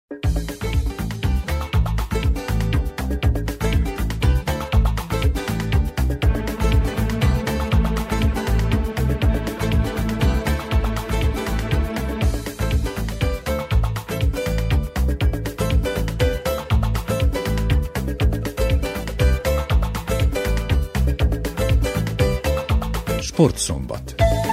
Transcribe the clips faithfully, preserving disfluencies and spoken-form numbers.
Sportszombat.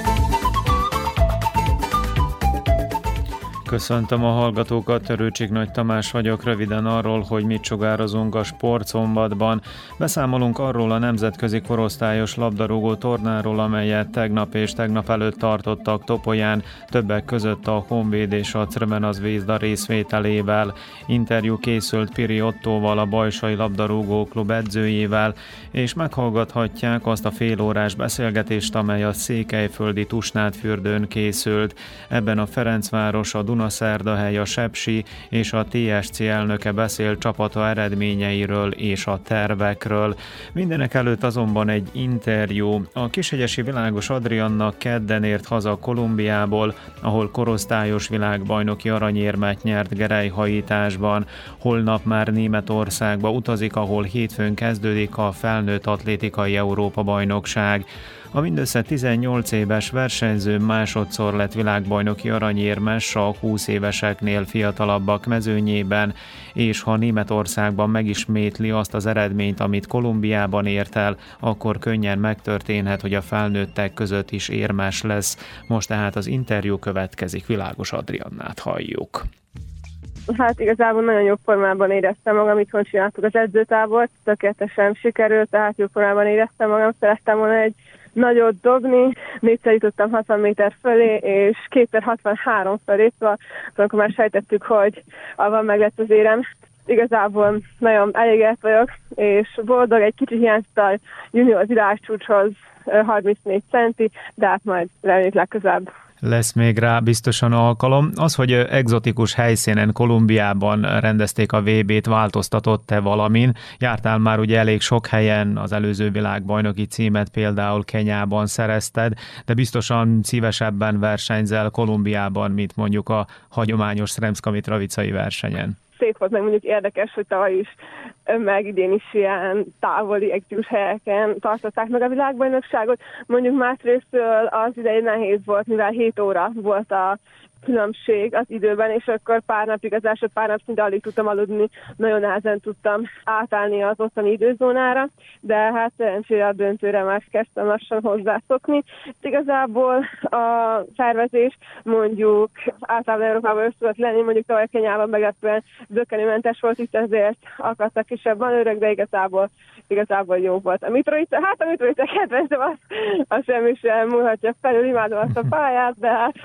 Köszöntöm a hallgatókat, Törőcsik Nagy Tamás vagyok, röviden arról, hogy mit sugározunk a Sportszombatban. Beszámolunk arról a nemzetközi korosztályos labdarúgó tornáról, amelyet tegnap és tegnap előtt tartottak Topolyán, többek között a Honvéd és a Crvena Zvezda részvételével. Interjú készült Piri Ottóval, a Bajsai Labdarúgó Klub edzőjével, és meghallgathatják azt a félórás beszélgetést, amely a székelyföldi Tusnádfürdőn készült. Ebben a Ferencváros, a Dunaszerdahely, a Sepsi és a té es cé elnöke beszél csapata eredményeiről és a tervekről. Mindenek előtt azonban egy interjú. A Kishegyesi Világos Adrianna kedden ért haza Kolumbiából, ahol korosztályos világbajnoki aranyérmet nyert gerelyhajításban. Holnap már Németországba utazik, ahol hétfőn kezdődik a felnőtt atlétikai Európa-bajnokság. A mindössze tizennyolc éves versenyző másodszor lett világbajnoki aranyérmes a húsz éveseknél fiatalabbak mezőnyében, és ha Németországban megismétli azt az eredményt, amit Kolumbiában ért el, akkor könnyen megtörténhet, hogy a felnőttek között is érmes lesz. Most tehát az interjú következik, Világos Adriannát halljuk. Hát igazából nagyon jó formában éreztem magam, itthon csináltuk az edzőtábort, tökéletesen sikerült, tehát jó formában éreztem magam, szerettem volna egy nagyot dobni, négyszer jutottam hatvan méter fölé, és kétszer hatvanhárom fölé, szóval akkor már sejtettük, hogy avval meg lett az érem. Igazából nagyon elégedett vagyok, és boldog, egy kicsit hiányzott a junior világcsúcshoz harmincnégy centi, de hát majd reméljük legközelebb. Lesz még rá biztosan alkalom. Az, hogy egzotikus helyszínen Kolumbiában rendezték a vé bét, változtatott-e valamin? Jártál már ugye elég sok helyen, az előző világbajnoki címet például Kenyában szerezted, de biztosan szívesebben versenyzel Kolumbiában, mint mondjuk a hagyományos Sremska Mitrovicai versenyen. Szép volt, meg mondjuk érdekes, hogy tavaly is, meg idén is ilyen távoli egzotikus helyeken tartották meg a világbajnokságot. Mondjuk másrésztől az idején nehéz volt, mivel hét óra volt a különbség az időben, és akkor pár napig, az első pár nap szinte alig tudtam aludni, nagyon nehezen tudtam átállni az ottani időzónára, de hát szerencsére a döntőre már kezdtem lassan hozzászokni. Igazából a szervezés mondjuk általában Európában össze tudott lenni, mondjuk tavaly Kenyában meglepően zökkenőmentes volt, itt ezért akadtak kisebb manőrök, de igazából, igazából jó volt. A Mitrovica, hát a Mitrovica kedvencem, az, az semmi sem múlhatja felül, imádom azt a pályát, de hát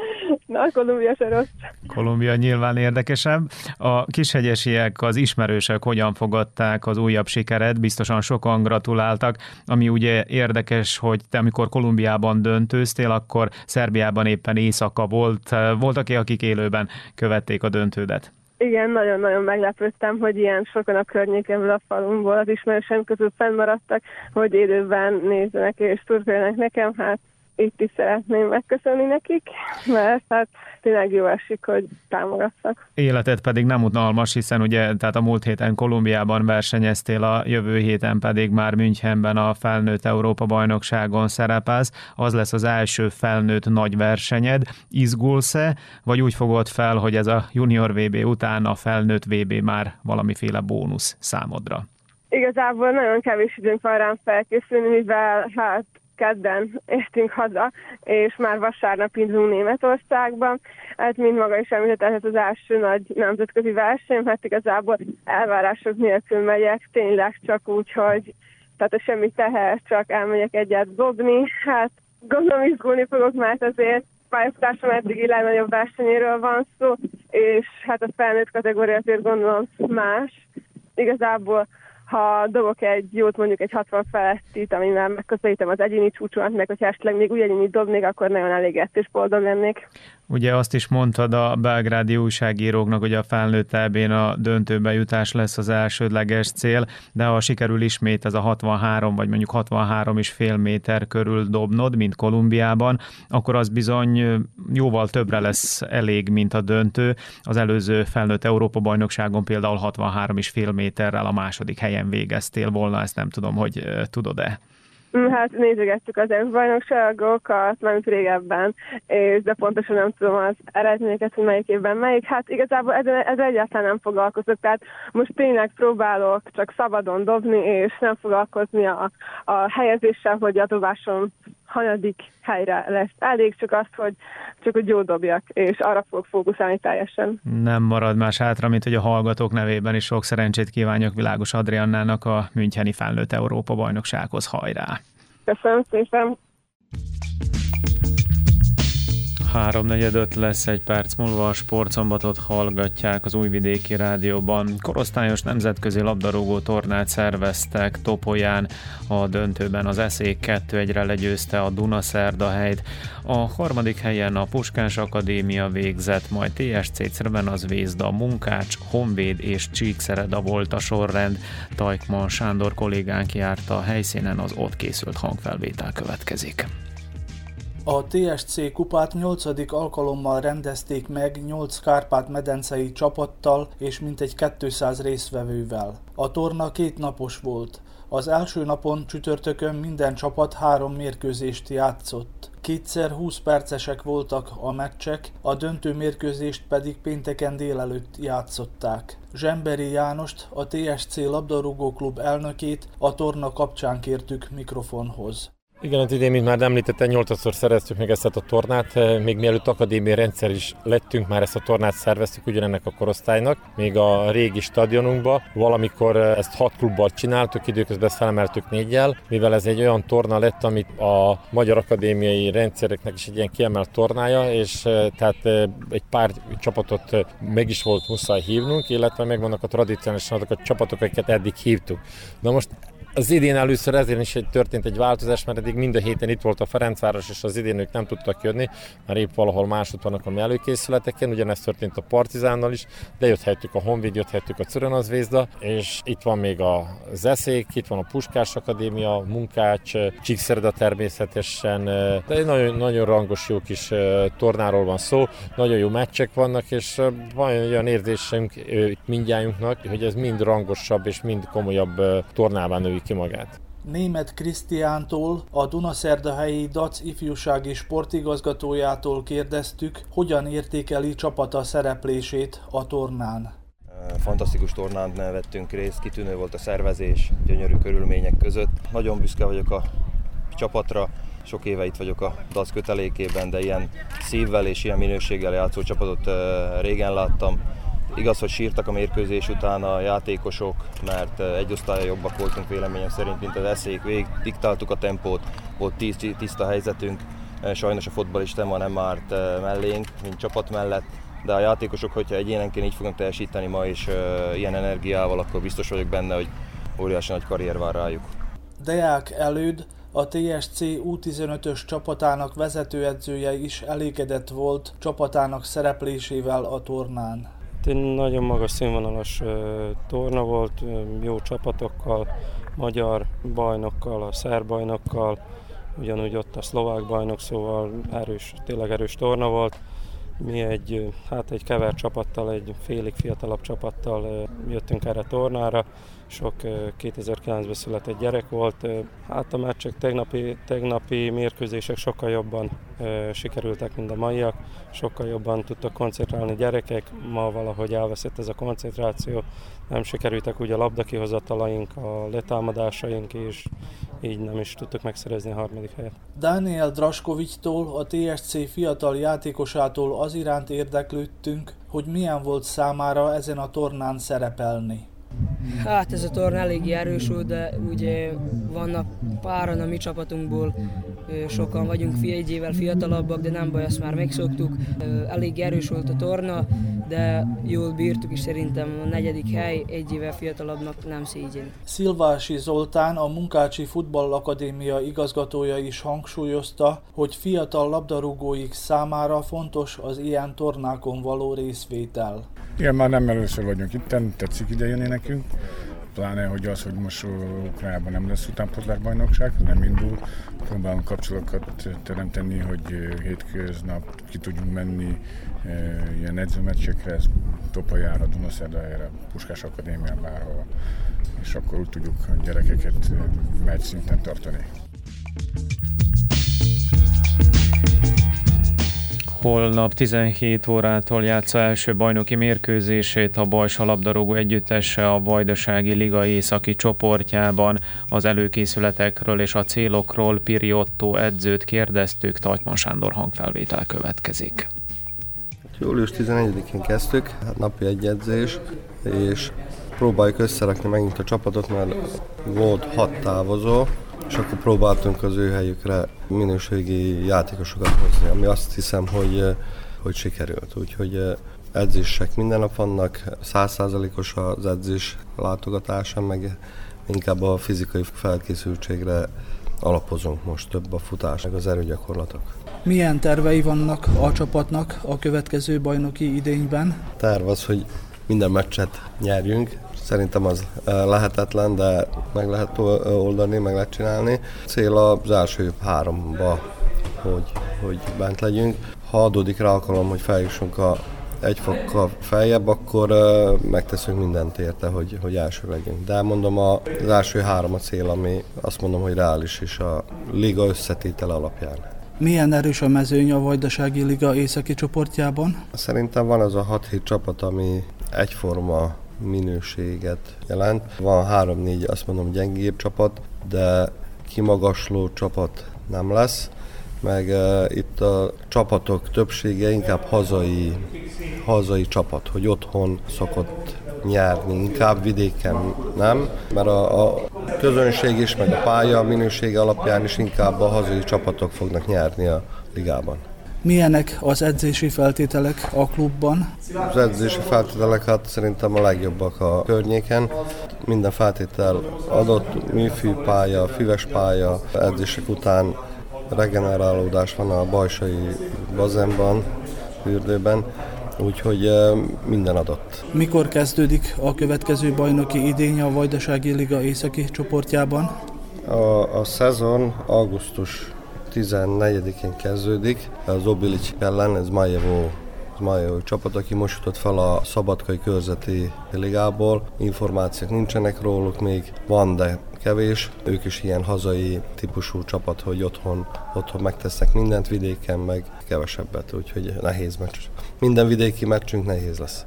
na, Kolumbia se rossz. Kolumbia nyilván érdekesebb. A kishegyesiek, az ismerősök hogyan fogadták az újabb sikeret? Biztosan sokan gratuláltak. Ami ugye érdekes, hogy te amikor Kolumbiában döntőztél, akkor Szerbiában éppen éjszaka volt. Voltak -e, akik élőben követték a döntődet? Igen, nagyon-nagyon meglepődtem, hogy ilyen sokan a környékemről, a falumból, az ismerőseim közül fennmaradtak, hogy élőben nézzenek és szurkoljanak nekem, hát itt is szeretném megköszönni nekik, mert hát tényleg jó esik, hogy támogattak. Életed pedig nem unalmas, hiszen ugye tehát a múlt héten Kolumbiában versenyeztél, a jövő héten pedig már Münchenben a felnőtt Európa-bajnokságon szerepelsz. Az lesz az első felnőtt nagy versenyed. Izgulsz-e, vagy úgy fogod fel, hogy ez a junior vé bé után a felnőtt vé bé már valamiféle bónusz számodra? Igazából nagyon kevés időnk van rám felkészülni, mivel hát kedden értünk haza, és már vasárnap indulunk Németországban. Hát mind maga is említett, az első nagy nemzetközi verseny, hát igazából elvárások nélkül megyek, tényleg csak úgy, hogy tehát semmi teher, csak elmegyek egyet dobni. Hát gondolom izgulni fogok, mert azért pályafutásom eddigi legnagyobb versenyéről van szó, és hát a felnőtt kategória azért gondolom más. Igazából ha dobok egy jót, mondjuk egy hatvan felettit, amivel megközelítem az egyéni csúcsomat, meg hogyha esetleg még úgy egyéni dobnék, akkor nagyon elégedett és boldog lennék. Ugye azt is mondtad a belgrádi újságíróknak, hogy a felnőtt é bén a döntőbe jutás lesz az elsődleges cél, de ha sikerül ismét ez a hatvanhárom vagy mondjuk hatvanhárom és fél méter körül dobnod, mint Kolumbiában, akkor az bizony jóval többre lesz elég, mint a döntő. Az előző felnőtt Európa-bajnokságon például hatvanhárom és fél méterrel a második helyen végeztél volna, ezt nem tudom, hogy tudod-e. Hát nézegettük az bajnokságokat, mármint régebben, és de pontosan nem tudom az eredményeket, hogy melyik évben melyik. Hát igazából ezzel, ezzel egyáltalán nem foglalkozok, tehát most tényleg próbálok csak szabadon dobni, és nem foglalkozni a, a helyezéssel, hogy a dobásom hanyadik helyre lesz. Elég csak azt, hogy csak hogy jól dobjak, és arra fogok fókuszálni teljesen. Nem marad más hátra, mint hogy a hallgatók nevében is sok szerencsét kívánjak Világos Adriannának a Müncheni felnőtt Európa-bajnoksághoz. Hajrá! Köszönöm szépen! háromnegyed lesz, egy perc múlva a Sportszombatot hallgatják az Újvidéki Rádióban. Korosztályos nemzetközi labdarúgó tornát szerveztek Topolyán. A döntőben az Eszék kettő egyre legyőzte a Dunaszerdahelyt. A harmadik helyen a Puskás Akadémia végzett, majd té es cé Crvenazvézda, Munkács, Honvéd és Csíkszereda volt a sorrend. Tajkman Sándor kollégánk járt a helyszínen, az ott készült hangfelvétel következik. A té es cé kupát nyolcadik alkalommal rendezték meg nyolc kárpát-medencei csapattal és mintegy kétszáz résztvevővel. A torna két napos volt. Az első napon csütörtökön minden csapat három mérkőzést játszott. Kétszer húsz percesek voltak a meccsek, a döntő mérkőzést pedig pénteken délelőtt játszották. Zsemberi Jánost, a té es cé labdarúgóklub elnökét a torna kapcsán kértük mikrofonhoz. Igen, hát idén, mint már említettem, nyolcszor szereztük meg ezt a tornát, még mielőtt akadémiai rendszer is lettünk, már ezt a tornát szerveztük ugyanennek a korosztálynak, még a régi stadionunkba. Valamikor ezt hat klubbal csináltuk, időközben ezt felemeltük négyel, mivel ez egy olyan torna lett, amit a magyar akadémiai rendszereknek is egy ilyen kiemelt tornája, és tehát egy pár csapatot meg is volt muszáj hívnunk, illetve megvannak a tradíciósan azok a csapatok, akiket eddig hívtuk. Na most az idén először ezért is egy, történt egy változás, mert eddig mind a héten itt volt a Ferencváros, és az idén ők nem tudtak jönni, már épp valahol másod vannak a mi előkészületeken, ugyanezt történt a Partizánnal is, de jött helyettük a Honvéd, jött helyettük a Crvenazvézda, és itt van még az Eszék, itt van a Puskás Akadémia, Munkács, Csíkszereda természetesen, de egy nagyon, nagyon rangos, jó kis tornáról van szó, nagyon jó meccsek vannak, és van olyan érzésünk itt mindjájunknak, hogy ez mind rangosabb és mind komolyabb tornában női ki magát. Németh Krisztiántól, a Dunaszerdahelyi dé á cé ifjúsági sportigazgatójától kérdeztük, hogyan értékeli csapata szereplését a tornán. Fantasztikus tornán vettünk részt, kitűnő volt a szervezés, gyönyörű körülmények között. Nagyon büszke vagyok a csapatra, sok éve itt vagyok a dé á cé kötelékében, de ilyen szívvel és ilyen minőséggel játszó csapatot régen láttam. Igaz, hogy sírtak a mérkőzés után a játékosok, mert egy osztálya jobbak voltunk véleményem szerint, mint az Eszék. Végig diktáltuk a tempót, volt tíz tiszta helyzetünk. Sajnos a fotballista ma nem árt mellénk, mint csapat mellett, de a játékosok, hogyha egyénenként így fognak teljesíteni ma is ilyen energiával, akkor biztos vagyok benne, hogy óriási nagy karrier vár rájuk. Deák Előd, a té es cé U tizenötös csapatának vezetőedzője is elégedett volt csapatának szereplésével a tornán. Egy nagyon magas színvonalas torna volt, jó csapatokkal, magyar bajnokkal, a szerb bajnokkal, ugyanúgy ott a szlovák bajnok, szóval erős, tényleg erős torna volt. Mi egy, hát egy kevert csapattal, egy félig fiatalabb csapattal jöttünk erre a tornára. Sok kétezer-kilencben született gyerek volt. Hát a meccsek, tegnapi, tegnapi mérkőzések sokkal jobban e, sikerültek, mint a maiak. Sokkal jobban tudtak koncentrálni gyerekek. Ma valahogy elveszett ez a koncentráció. Nem sikerültek úgy a labdakihozatalaink, a letámadásaink, és így nem is tudtuk megszerezni a harmadik helyet. Daniel Draskovics-tól, a té es cé fiatal játékosától az iránt érdeklődtünk, hogy milyen volt számára ezen a tornán szerepelni. Hát ez a torna eléggé erős volt, de ugye vannak páran a mi csapatunkból, sokan vagyunk egy évvel fiatalabbak, de nem baj, ezt már megszoktuk. Elég erős volt a torna, de jól bírtuk, és szerintem a negyedik hely egy évvel fiatalabbnak nem szégyen. Szilvási Zoltán, a Munkácsi Futballakadémia igazgatója is hangsúlyozta, hogy fiatal labdarúgóik számára fontos az ilyen tornákon való részvétel. Igen, már nem először vagyunk itt, tetszik ide jönni nekünk. Pláne, hogy az, hogy most Ukrajnában nem lesz utánpótlásbajnokság, nem indul. Próbálunk kapcsolatokat teremteni, hogy hétköznap ki tudjunk menni ilyen edzőmeccsekre, Topajára, Dunaszerdahelyrre, Puskás Akadémián, bárhol. És akkor úgy tudjuk a gyerekeket meccs szinten tartani. Holnap tizenhét órától játsza első bajnoki mérkőzését a Bajsa labdarúgó együttese a Vajdasági Liga északi csoportjában. Az előkészületekről és a célokról Piri Otto edzőt kérdeztük, Tajtman Sándor hangfelvétel következik. július tizenegyedikén kezdtük, hát napi egy edzés, és próbáljuk összerakni megint a csapatot, mert volt hat távozó, és akkor próbáltunk az ő helyükre minőségi játékosokat hozni, ami azt hiszem, hogy, hogy sikerült. Úgyhogy edzések minden nap vannak, száz százalékos az edzés látogatása, meg inkább a fizikai felkészültségre alapozunk most, több a futás, meg az erőgyakorlatok. Milyen tervei vannak a csapatnak a következő bajnoki idényben? Terv az, hogy minden meccset nyerjünk. Szerintem az lehetetlen, de meg lehet oldani, meg lehet csinálni. Cél az első háromba, hogy, hogy bent legyünk. Ha adódik rá alkalom, hogy feljussunk a egy fokkal feljebb, akkor uh, megteszünk mindent érte, hogy, hogy első legyünk. De mondom, a, az első három a cél, ami azt mondom, hogy reális is a liga összetétele alapján. Milyen erős a mezőny a Vajdasági Liga északi csoportjában? Szerintem van az a hat-hét csapat, ami egyforma minőséget jelent. Van három-négy, azt mondom, gyengébb csapat, de kimagasló csapat nem lesz. Meg uh, itt a csapatok többsége inkább hazai, hazai csapat, hogy otthon szokott nyerni, inkább vidéken nem, mert a, a közönség is, meg a pálya minősége alapján is inkább a hazai csapatok fognak nyerni a ligában. Milyenek az edzési feltételek a klubban? Az edzési feltételek hát szerintem a legjobbak a környéken. Minden feltétel adott, műfűpálya, füves pálya, edzések után regenerálódás van a bajsai bazenban, fürdőben, úgyhogy minden adott. Mikor kezdődik a következő bajnoki idény a Vajdasági Liga északi csoportjában? A, a szezon augusztus tizennegyedikén kezdődik, az Obilic ellen, ez Majevo, Majevo csapat, aki most jutott fel a Szabadkai Körzeti Ligából. Információk nincsenek róluk még, van, de kevés. Ők is ilyen hazai típusú csapat, hogy otthon, otthon megtesznek mindent, vidéken meg kevesebbet, úgyhogy nehéz meccs. Minden vidéki meccsünk nehéz lesz.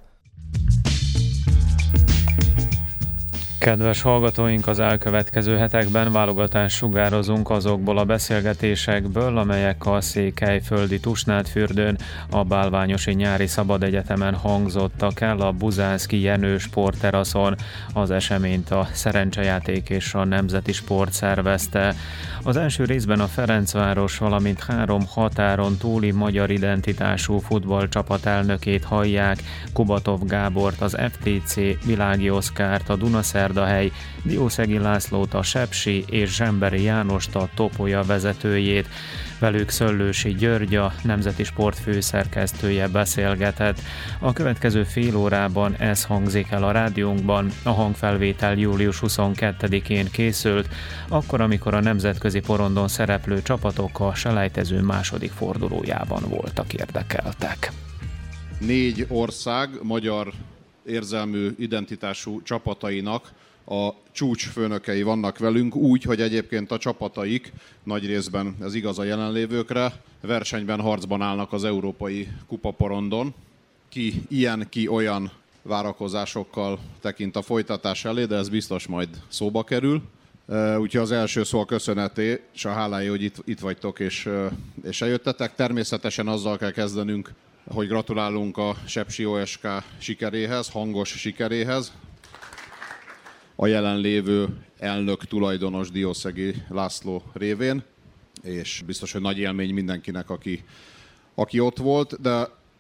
Kedves hallgatóink, az elkövetkező hetekben válogatást sugározunk azokból a beszélgetésekből, amelyek a székelyföldi Tusnádfürdőn, a Bálványosi Nyári Szabadegyetemen hangzottak el a Buzánszky Jenő sportteraszon. Az eseményt a Szerencsejáték és a Nemzeti Sport szervezte. Az első részben a Ferencváros, valamint három határon túli magyar identitású futballcsapat elnökét hallják, Kubatov Gábort, az ef té cé, Világi Oszkárt, a Dunaszerdahely, Diószegi Lászlót, a Sepsi és Zsemberi Jánost, a Topolya vezetőjét. Velük Szöllősi György, a Nemzeti Sport főszerkesztője beszélgetett. A következő fél órában ez hangzik el a rádiónkban. A hangfelvétel július huszonkettedikén készült, akkor, amikor a nemzetközi porondon szereplő csapatok a selejtező második fordulójában voltak érdekeltek. Négy ország magyar érzelmű identitású csapatainak a csúcsfőnökei vannak velünk, úgy, hogy egyébként a csapataik, nagy részben ez igaz a jelenlévőkre, versenyben, harcban állnak az európai kupaporondon. Ki ilyen, ki olyan várakozásokkal tekint a folytatás elé, de ez biztos majd szóba kerül. Úgyhogy az első szó a köszöneté, és a hálája, hogy itt, itt vagytok és, és eljöttetek. Természetesen azzal kell kezdenünk, hogy gratulálunk a Sepsi o es ká sikeréhez, hangos sikeréhez. A jelenlévő elnök tulajdonos Diószegi László révén, és biztos, hogy nagy élmény mindenkinek, aki, aki ott volt, de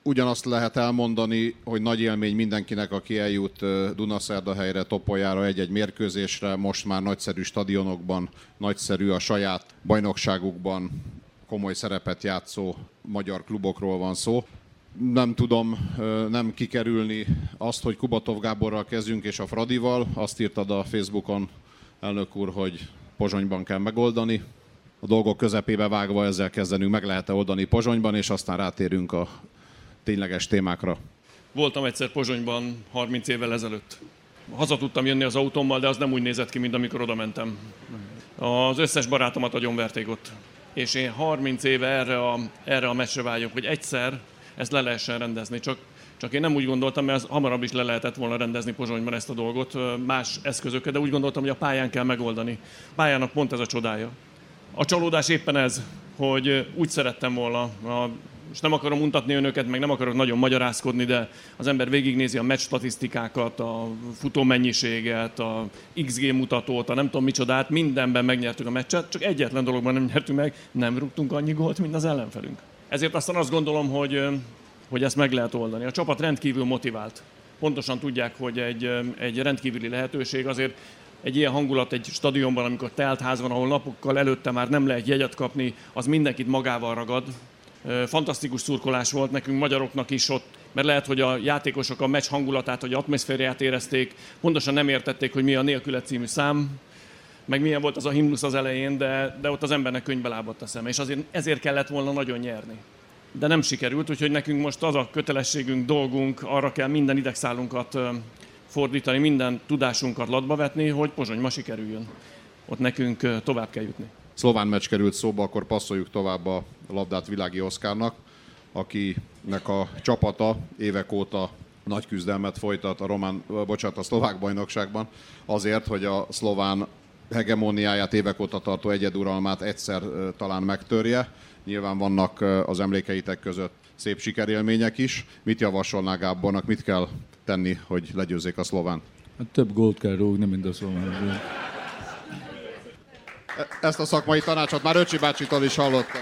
ugyanazt lehet elmondani, hogy nagy élmény mindenkinek, aki eljut Dunaszerdahelyre, Topolyára, egy-egy mérkőzésre, most már nagyszerű stadionokban, nagyszerű a saját bajnokságukban komoly szerepet játszó magyar klubokról van szó. Nem tudom nem kikerülni azt, hogy Kubatov Gáborral kezdjünk és a Fradival. Azt írtad a Facebookon, elnök úr, hogy Pozsonyban kell megoldani. A dolgok közepébe vágva ezzel kezdenünk, meg lehet-e oldani Pozsonyban, és aztán rátérünk a tényleges témákra. Voltam egyszer Pozsonyban harminc évvel ezelőtt. Haza tudtam jönni az autómmal, de az nem úgy nézett ki, mint amikor oda mentem. Az összes barátomat agyonverték ott. És én harminc éve erre a, erre a meccsre vágyok, hogy egyszer ezt le lehessen rendezni. Csak, csak én nem úgy gondoltam, mert az hamarabb is le lehetett volna rendezni Pozsonyban ezt a dolgot, más eszközökkel, de úgy gondoltam, hogy a pályán kell megoldani. A pályának pont ez a csodája. A csalódás éppen ez, hogy úgy szerettem volna, a, és nem akarom mutatni önöket, meg nem akarok nagyon magyarázkodni, de az ember végignézi a meccs statisztikákat, a futó mennyiséget, a iksz gé mutatót, a nem tudom micsodát, mindenben megnyertük a meccset, csak egyetlen dologban nem nyertünk meg, nem rúgtunk annyi gólt, mint az ellenfelünk. Ezért aztán azt gondolom, hogy, hogy ezt meg lehet oldani. A csapat rendkívül motivált. Pontosan tudják, hogy egy, egy rendkívüli lehetőség, azért egy ilyen hangulat egy stadionban, amikor telt ház van, ahol napokkal előtte már nem lehet jegyet kapni, az mindenkit magával ragad. Fantasztikus szurkolás volt nekünk magyaroknak is ott, mert lehet, hogy a játékosok a meccs hangulatát, vagy atmoszfériát érezték, pontosan nem értették, hogy mi a Nélküle című szám, meg milyen volt az a himnusz az elején, de, de ott az embernek könyvbe lábadt a szeme, és azért ezért kellett volna nagyon nyerni. De nem sikerült, úgyhogy nekünk most az a kötelességünk, dolgunk, arra kell minden idegszálunkat fordítani, minden tudásunkat latba vetni, hogy Pozsony ma sikerüljön. Ott nekünk tovább kell jutni. Szlován meccs került szóba, akkor passzoljuk tovább a labdát Világi Oszkárnak, akinek a csapata évek óta nagy küzdelmet folytat a román, bocsánat, a szlovák bajnokságban azért, hogy a szlován hegemóniáját, évek óta tartó egyeduralmát egyszer talán megtörje. Nyilván vannak az emlékeitek között szép sikerélmények is. Mit javasolnál Gábornak, mit kell tenni, hogy legyőzzék a szlován? Hát több gólt kell rúgni, mint a szlován. Ezt a szakmai tanácsot már Öcsi bácsitól is hallottam.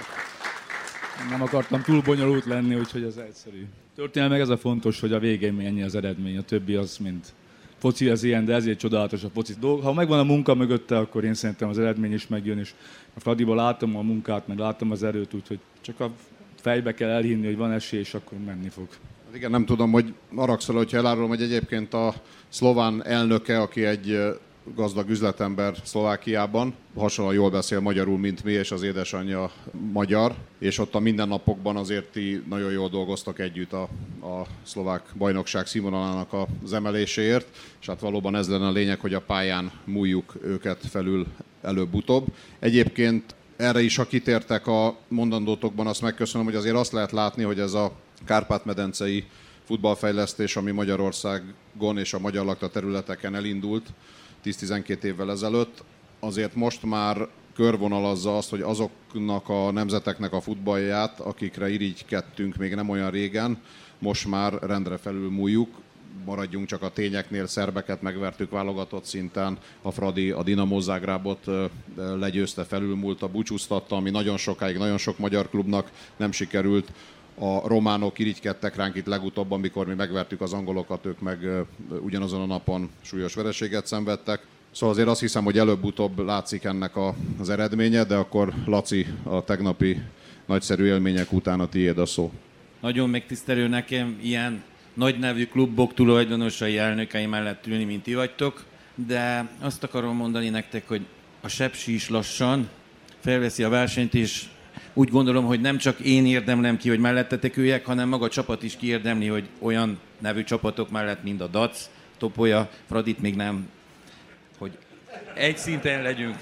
Nem akartam túl bonyolult lenni, úgyhogy ez egyszerű. Történelme meg ez a fontos, hogy a végén mennyi az eredmény, a többi az, mint foci, az ilyen, de ezért csodálatos a foci. Ha megvan a munka mögötte, akkor én szerintem az eredmény is megjön, és a Fradiban látom a munkát, meg látom az erőt, úgyhogy csak a fejbe kell elhinni, hogy van esély, és akkor menni fog. Hát igen, nem tudom, hogy haragszol, hogyha elárulom, hogy egyébként a szlován elnöke, aki egy gazdag üzletember Szlovákiában, hasonlóan jól beszél magyarul, mint mi, és az édesanyja magyar, és ott a mindennapokban azért ti nagyon jól dolgoztak együtt a, a szlovák bajnokság színvonalának az emeléséért, és hát valóban ez lenne a lényeg, hogy a pályán múljuk őket felül előbb-utóbb. Egyébként erre is, ha kitértek a mondandótokban, azt megköszönöm, hogy azért azt lehet látni, hogy ez a kárpát-medencei futballfejlesztés, ami Magyarországon és a magyar lakta területeken elindult tíz-tizenkét évvel ezelőtt, azért most már körvonalazza azt, hogy azoknak a nemzeteknek a futballját, akikre irigykedtünk még nem olyan régen, most már rendre felül múljuk. Maradjunk csak a tényeknél, szerbeket megvertük válogatott szinten, a Fradi a Dinamo Zágrábot legyőzte, felülmúlta, búcsúztatta, ami nagyon sokáig, nagyon sok magyar klubnak nem sikerült. A románok irigykedtek ránk itt legutóbb, amikor mi megvertük az angolokat, ők meg ugyanazon a napon súlyos vereséget szenvedtek. Szóval azért azt hiszem, hogy előbb-utóbb látszik ennek a, az eredménye, de akkor Laci, a tegnapi nagyszerű élmények után a tiéd a szó. Nagyon megtisztelő nekem ilyen nagy nevű klubok tulajdonosai, elnökei mellett ülni, mint ti vagytok, de azt akarom mondani nektek, hogy a Sepsi is lassan felveszi a versenyt, és úgy gondolom, hogy nem csak én érdemlem ki, hogy mellettetek üljek, hanem maga a csapat is kiérdemli, hogy olyan nevű csapatok mellett, mint a Dac, Topolya, Fradit még nem, hogy egy szinten legyünk.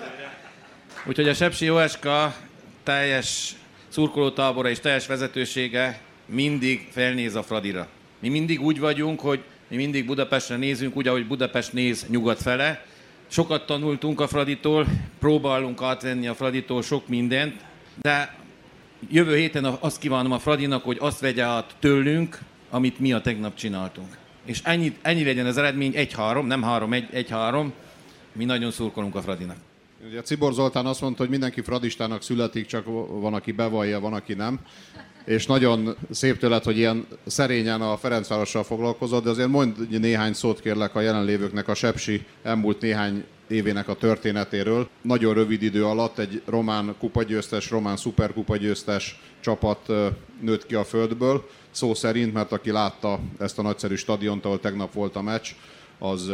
Úgyhogy a Sepsi o es ká teljes szurkolótábora és teljes vezetősége mindig felnéz a Fradira. Mi mindig úgy vagyunk, hogy mi mindig Budapestre nézünk, úgy, ahogy Budapest néz nyugat fele. Sokat tanultunk a Fraditól, próbálunk átvenni a Fraditól sok mindent, de jövő héten azt kívánom a Fradinak, hogy azt vegye át tőlünk, amit mi a tegnap csináltunk. És ennyi, ennyi legyen az eredmény, egy három, nem három egy, egy három. Mi nagyon szurkolunk a Fradinak. Ugye Czibor Zoltán azt mondta, hogy mindenki fradistának születik, csak van, aki bevallja, van, aki nem. És nagyon szép tőled, hogy ilyen szerényen a Ferencvárossal foglalkozott, de azért mondj néhány szót kérlek a jelenlévőknek a Sepsi elmúlt néhány évének a történetéről. Nagyon rövid idő alatt egy román kupagyőztes, román szuperkupagyőztes csapat nőtt ki a földből, szó szerint, mert aki látta ezt a nagyszerű stadiont, ahol tegnap volt a meccs, az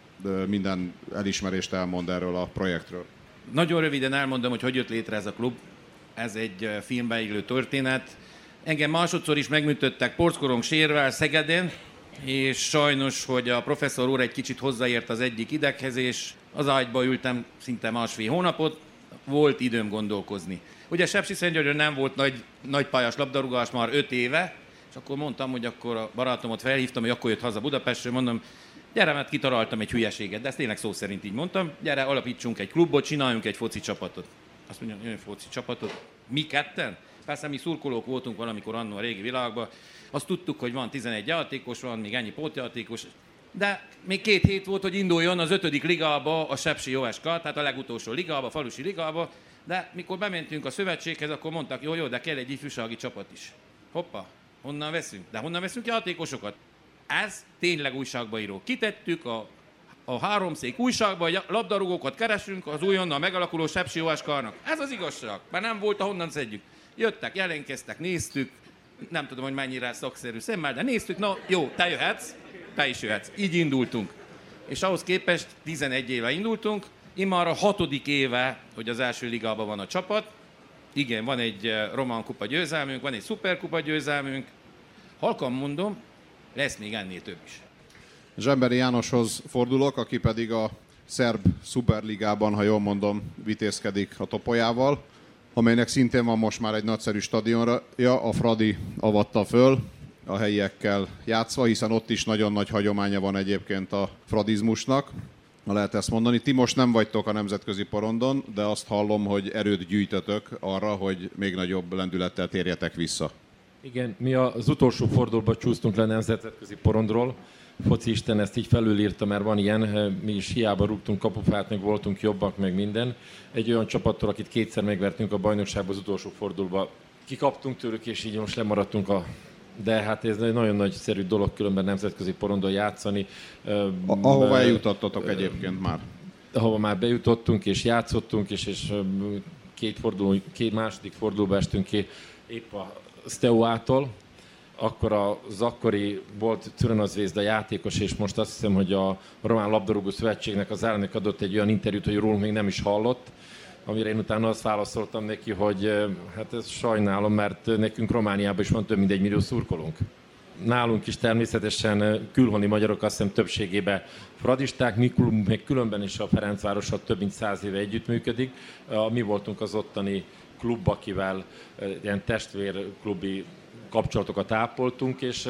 minden elismerést elmond erről a projektről. Nagyon röviden elmondom, hogy hogy jött létre ez a klub. Ez egy filmbe illő történet. Engem másodszor is megműtöttek porckorong sérrel Szegeden, és sajnos, hogy a professzor úr egy kicsit hozzáért az egyik ideghez, és az ágyba ültem szinte másfél hónapot, volt időm gondolkozni. Ugye Sepsiszentgyörgyön nem volt nagy, nagy pályás labdarúgás már öt éve, és akkor mondtam, hogy akkor a barátomot felhívtam, hogy akkor jött haza Budapestről, mondom, gyere, mert kitaláltam egy hülyeséget, de ezt tényleg szó szerint így mondtam, gyere, alapítsunk egy klubot, csináljunk egy foci csapatot. Azt mondja, hogy foci csapatot. Mi ketten? Persze mi szurkolók voltunk valamikor annó a régi világban. Azt tudtuk, hogy van tizenegy játékos, van még ennyi pótjátékos. De még két hét volt, hogy induljon az ötödik ligába a Sepsi o es ká, tehát a legutolsó ligába, a falusi ligába. De mikor bementünk a szövetséghez, akkor mondtak, jó, jó, de kell egy ifjúsági csapat is. Hoppá, honnan veszünk? De honnan veszünk játékosokat? Ez tényleg újságba író. Kitettük a a háromszék újságban, hogy labdarúgókat keresünk az újonnan megalakuló Sepsi o es ká-nak. Ez az igazság, mert nem volt, ahonnan szedjük. Jöttek, jelentkeztek, néztük, nem tudom, hogy mennyire szakszerű szemmel, de néztük, na jó, te jöhetsz, te is jöhetsz. Így indultunk. És ahhoz képest tizenegy éve indultunk, immár a hatodik éve, hogy az első ligában van a csapat. Igen, van egy román kupa győzelmünk, van egy szuperkupa győzelmünk. Halkan mondom, lesz még ennél több is. Zsemberi Jánoshoz fordulok, aki pedig a szerb szuperligában, ha jól mondom, vitézkedik a Topolyával, amelynek szintén van most már egy nagyszerű stadionja, a Fradi avatta föl a helyiekkel játszva, hiszen ott is nagyon nagy hagyománya van egyébként a fradizmusnak, ha lehet ezt mondani. Ti most nem vagytok a nemzetközi porondon, de azt hallom, hogy erőt gyűjtötök arra, hogy még nagyobb lendülettel térjetek vissza. Igen, mi az utolsó fordulóban csúsztunk le nemzetközi porondról. Foci Isten ezt így felülírta, mert van ilyen, mi is hiába rúgtunk kapufát, meg voltunk jobbak, meg minden. Egy olyan csapattól, akit kétszer megvertünk a bajnokságban az utolsó fordulóban. Kikaptunk tőlük, és így most lemaradtunk a... De hát ez egy nagyon nagyszerű dolog különben nemzetközi porondon játszani. Ahova eljutattatok egyébként már. Ahova már bejutottunk, és játszottunk, és, és két, forduló, két második fordulóba estünk ki épp a Steaua-tól. Akkor az akkori volt Crvena Zvezda játékos, és most azt hiszem, hogy a Román Labdarúgó Szövetségnek az elnök adott egy olyan interjút, hogy rólunk még nem is hallott, amire én utána azt válaszoltam neki, hogy hát ezt sajnálom, mert nekünk Romániában is van több mint egy millió szurkolónk. Nálunk is természetesen külhoni magyarok azt hiszem többségében fradisták, mi klubunk még különben is a Ferencvárossal több mint száz éve együttműködik. Mi voltunk az ottani klub, akivel ilyen testvérklubi kapcsolatokat ápoltunk, és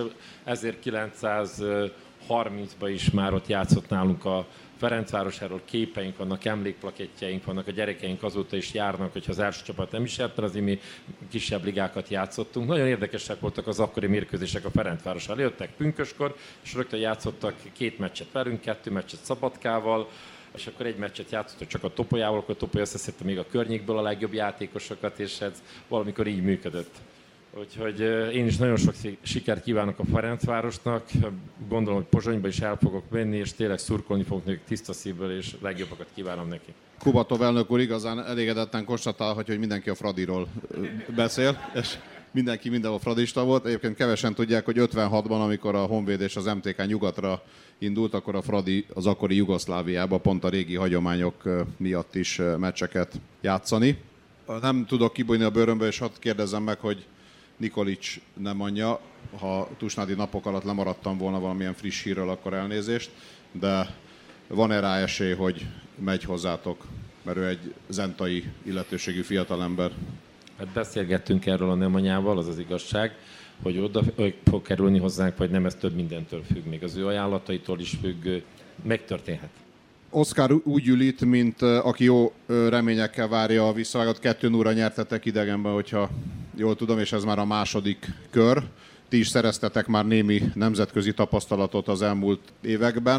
ezerkilencszázharmincban is már ott játszott nálunk a Ferencváros, erről képeink vannak, emlékplakettjeink vannak, a gyerekeink azóta is járnak, hogyha az első csapat nem is járt, azért mi kisebb ligákat játszottunk. Nagyon érdekesek voltak az akkori mérkőzések a Ferencvárossal. Jöttek pünköskor, és rögtön játszottak két meccset velünk, kettő meccset Szabadkával, és akkor egy meccset játszottak csak a Topolyával, akkor a Topolya összeszedte még a környékből a legjobb játékosokat, és ez valamikor így működött. Úgyhogy én is nagyon sok sikert kívánok a Ferencvárosnak, gondolom, hogy Pozsonyba is el fogok menni, és tényleg szurkolni fogok nekik tiszta szívből, és legjobbakat kívánom neki. Kubatov elnök úr igazán elégedetten konstatálhatja, hogy mindenki a Fradiról beszél, és mindenki mindenhol fradista volt. Egyébként kevesen tudják, hogy ötvenhatban, amikor a Honvéd és az em té ká nyugatra indult, akkor a Fradi az akkori Jugoszláviában pont a régi hagyományok miatt is meccseket játszani. Nem tudok kibújni a bőrömből, és hadd kérdezzem meg, hogy Nikolics nem anyja, ha tusnádi napok alatt lemaradtam volna valamilyen friss hírről, akkor elnézést, de van-e rá esély, hogy megy hozzátok, mert ő egy zentai illetőségű fiatalember? Hát beszélgettünk erről a nem anyával, az az igazság, hogy oda fog kerülni hozzánk, vagy nem, ez több mindentől függ, még az ő ajánlataitól is függ, megtörténhet. Oszkár úgy ül itt, mint aki jó reményekkel várja a visszavágot. kettő nulla nyertetek idegenben, hogyha jól tudom, és ez már a második kör. Ti is szereztetek már némi nemzetközi tapasztalatot az elmúlt években.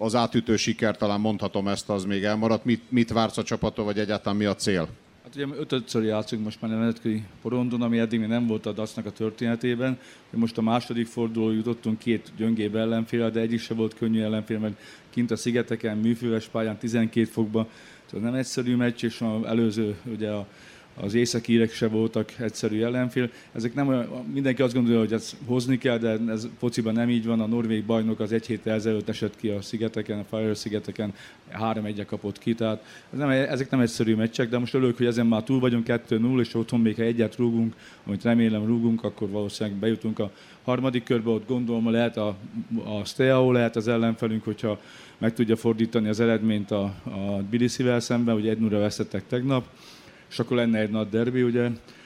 az átütő siker, talán mondhatom ezt, az még elmaradt. Mit, mit vársz a csapattól, vagy egyáltalán mi a cél? Hát ugye ötödször játszunk most már nemzetközi porondon, ami eddig még nem volt a dacnak a történetében. Most a második forduló jutottunk két gyöngébb ellenfél, de egyik se volt könnyű ellenfél, mert kint a szigeteken, műfőves pályán tizenkét fokba. Ez nem egyszerű meccs, és az előző ugye a az északírek se voltak egyszerű ellenfél. Ezek nem olyan, mindenki azt gondolja, hogy ezt hozni kell, de ez fociban nem így van. A norvég bajnok az egy héttel ezelőtt esett ki a szigeteken, a Faroe szigeteken, három egyre kapott ki. Tehát ez nem, ezek nem egyszerű meccsek, de most örülök, hogy ezen már túl vagyunk kettő null, és otthon még ha egyet rúgunk, amit remélem rúgunk, akkor valószínűleg bejutunk a harmadik körbe, ott gondolom lehet a, a Steaua lehet az ellenfelünk, hogyha meg tudja fordítani az eredményt a, a Tbilisivel szemben, ugye egy nullra veszettek tegnap, és akkor lenne egy nagy derbi, ugye.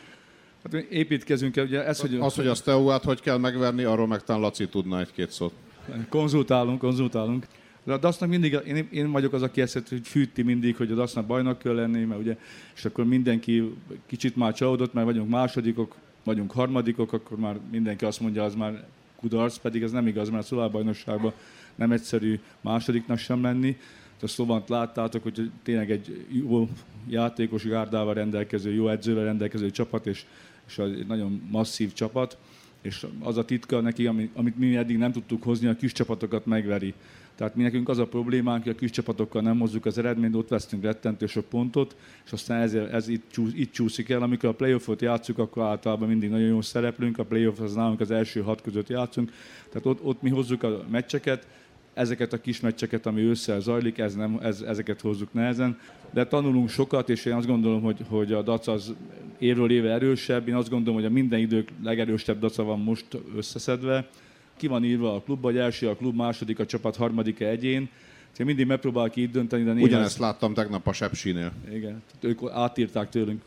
Hát építkezünk, ugye ez, hogy... Az, hogy a Steauát hogy kell megverni, arról meg talán Laci tudna egy-két szót. Konzultálunk, konzultálunk. De a dacnak mindig, én, én vagyok az, aki ezt hogy fűti mindig, hogy a dacnak bajnak kell lenni, mert ugye, és akkor mindenki kicsit már csalódott, mert vagyunk másodikok, vagyunk harmadikok, akkor már mindenki azt mondja, az már kudarc, pedig ez nem igaz, mert a szolálbajnokságban nem egyszerű másodiknak sem lenni. A Szlovant láttátok, hogy tényleg egy jó játékos gárdával rendelkező, jó edzővel rendelkező csapat, és, és egy nagyon masszív csapat. És az a titka neki, amit mi eddig nem tudtuk hozni, a kis csapatokat megveri. Tehát mi nekünk az a problémánk, hogy a kis csapatokkal nem hozzuk az eredményt, ott vesztünk rettentő sok pontot, és aztán ez, ez itt, csúsz, itt csúszik el. Amikor a playoffot játszunk, akkor általában mindig nagyon jól szereplünk, a playoff az nálunk az első hat között játszunk, tehát ott, ott mi hozzuk a meccseket, ezeket a kis meccseket, ami ősszel zajlik, ez nem, ez, ezeket hozzuk nehezen. De tanulunk sokat, és én azt gondolom, hogy, hogy a dac az évről éve erősebb. Én azt gondolom, hogy a minden idők legerősebb daca van most összeszedve. Ki van írva a klubba, hogy első a klub, második a csapat, harmadik egyén. Én mindig megpróbálok így dönteni, de néha... Ugyanezt láttam tegnap a Sepsinél. Igen, ők átírták tőlünk.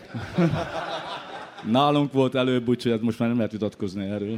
Nálunk volt előbb, úgyhogy most már nem lehet vitatkozni erről.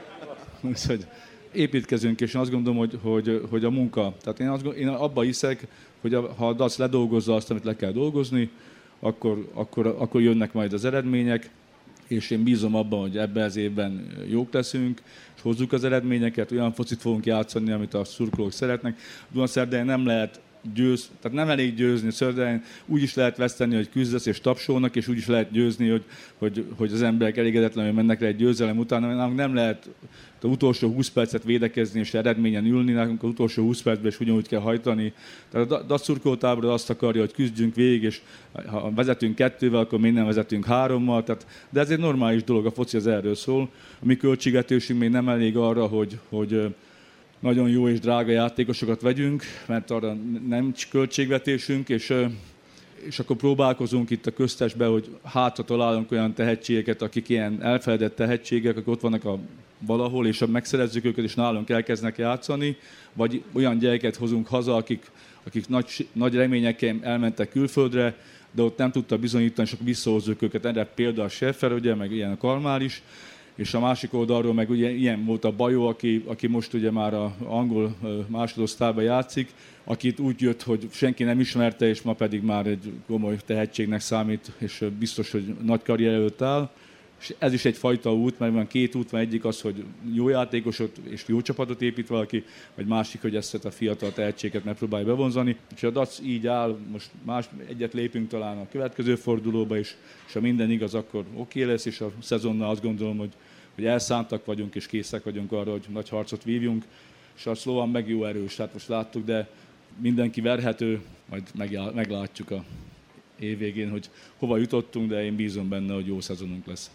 Úgyhogy építkezünk, és én azt gondolom, hogy, hogy, hogy a munka. Tehát én, azt, én abba hiszek, hogy a, ha a dac ledolgozza azt, amit le kell dolgozni, akkor, akkor, akkor jönnek majd az eredmények, és én bízom abban, hogy ebben az évben jók leszünk, és hozzuk az eredményeket, olyan focit fogunk játszani, amit a szurkolók szeretnek. Dunaszerdahelyen nem lehet győz, tehát nem elég győzni, Szerdahelyen úgy is lehet veszteni, hogy küzdesz és tapsolnak, és úgy is lehet győzni, hogy, hogy, hogy az emberek elégedetlenül mennek le egy győzelem után, nálunk nem lehet az utolsó húsz percet védekezni és eredményen ülni, nekünk az utolsó húsz percben is ugyanúgy kell hajtani. Tehát a dac szurkolótábor azt akarja, hogy küzdjünk végig, és ha vezetünk kettővel, akkor még nem vezetünk hárommal. Tehát, de ez egy normális dolog, a foci az erről szól. A mi költségvetésünk még nem elég arra, hogy, hogy nagyon jó és drága játékosokat vegyünk, mert arra nem költségvetésünk, és, és akkor próbálkozunk itt a köztesben, hogy hátra találunk olyan tehetségeket, akik ilyen elfeledett tehetségek, akik ott vannak a valahol, és megszerezzük őket, és nálunk elkezdenek játszani, vagy olyan gyerekeket hozunk haza, akik, akik nagy, nagy reményekkel elmentek külföldre, de ott nem tudta bizonyítani, és akkor visszahozzuk őket. Erre például a Schäfer, ugye, meg ilyen a Kalmár is. És a másik oldalról meg ugye ilyen volt a Bajó, aki, aki most ugye már az angol másodosztályban játszik, akit úgy jött, hogy senki nem ismerte, és ma pedig már egy komoly tehetségnek számít, és biztos, hogy nagy karrier előtt áll. És ez is egyfajta út, mert van két út, van egyik az, hogy jó játékosot és jó csapatot épít valaki, vagy másik, hogy ezt a fiatal tehetséget megpróbálja bevonzani. És a dac így áll, most más egyet lépünk talán a következő fordulóba is, és ha minden igaz, akkor oké lesz, és a szezonnal azt gondolom, hogy, hogy elszántak vagyunk, és készek vagyunk arra, hogy nagy harcot vívjunk. És a Slovan meg jó erős, tehát most láttuk, de mindenki verhető, majd meglátjuk a év végén, hogy hova jutottunk, de én bízom benne, hogy jó szezonunk lesz.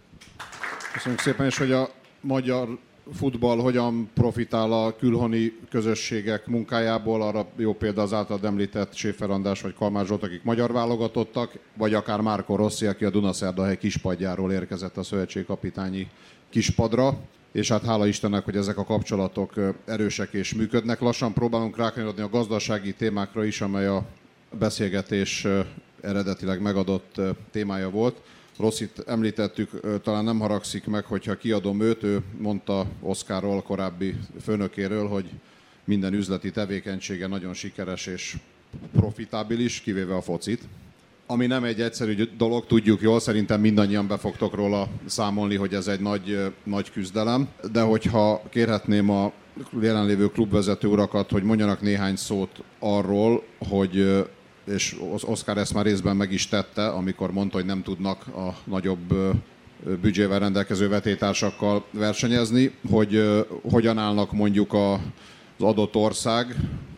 Köszönjük szépen, és hogy a magyar futball hogyan profitál a külhoni közösségek munkájából, arra jó példa az általad említett Schäfer András vagy Kalmár Zsolt, akik magyar válogatottak, vagy akár Márko Rossi, aki a Dunaszerdahely kispadjáról érkezett a szövetségkapitányi kispadra. És hát hála Istennek, hogy ezek a kapcsolatok erősek és működnek. Lassan próbálunk rákanyarodni a gazdasági témákra is, amely a beszélgetés eredetileg megadott témája volt. Rossit említettük, talán nem haragszik meg, hogyha kiadom őt, ő mondta Oszkárról, korábbi főnökéről, hogy minden üzleti tevékenysége nagyon sikeres és profitábilis, kivéve a focit. Ami nem egy egyszerű dolog, tudjuk jól, szerintem mindannyian be fogtok róla számolni, hogy ez egy nagy, nagy küzdelem. De hogyha kérhetném a jelenlévő klubvezető urakat, hogy mondjanak néhány szót arról, hogy, és Oszkár ezt már részben meg is tette, amikor mondta, hogy nem tudnak a nagyobb büdzsével rendelkező vetélytársakkal versenyezni, hogy hogyan állnak mondjuk az adott ország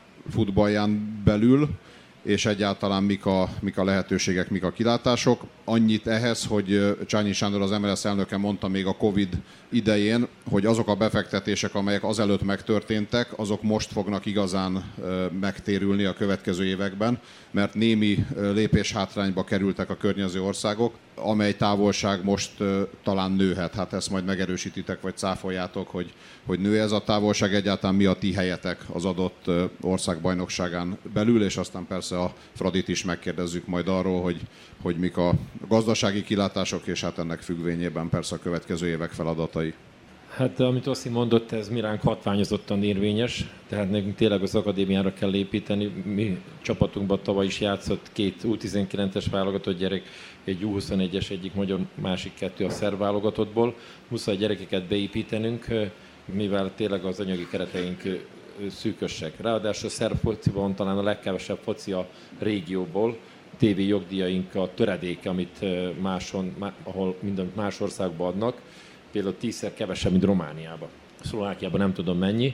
futballján belül, és egyáltalán mik a, mik a lehetőségek, mik a kilátások. Annyit ehhez, hogy Csányi Sándor, az em el es elnöke mondta még a Covid idején, hogy azok a befektetések, amelyek azelőtt megtörténtek, azok most fognak igazán megtérülni a következő években, mert némi lépéshátrányba kerültek a környező országok, amely távolság most talán nőhet. Hát ezt majd megerősítitek, vagy cáfoljátok, hogy, hogy nő ez a távolság, egyáltalán mi a ti helyetek az adott ország bajnokságán belül, és aztán persze a Fradit is megkérdezzük majd arról, hogy, hogy mik a gazdasági kilátások, és hát ennek függvényében persze a következő évek feladatai. Hát amit Oszi mondott, ez mi ránk hatványozottan érvényes, tehát nekünk tényleg az akadémiára kell építeni. Mi csapatunkban tavaly is játszott két U tizenkilences válogatott gyerek, egy U huszonegyes, egyik magyar, másik kettő a szerb válogatottból. Muszáj gyerekeket beépítenünk, mivel tényleg az anyagi kereteink szűkösek. Ráadásul a szerb fociban talán a legkevesebb foci a régióból, tévé jogdíjaink a töredéke, amit máson, ahol minden más országban adnak, például tízszer kevesebb, mint Romániában. Szlovákiában nem tudom mennyi,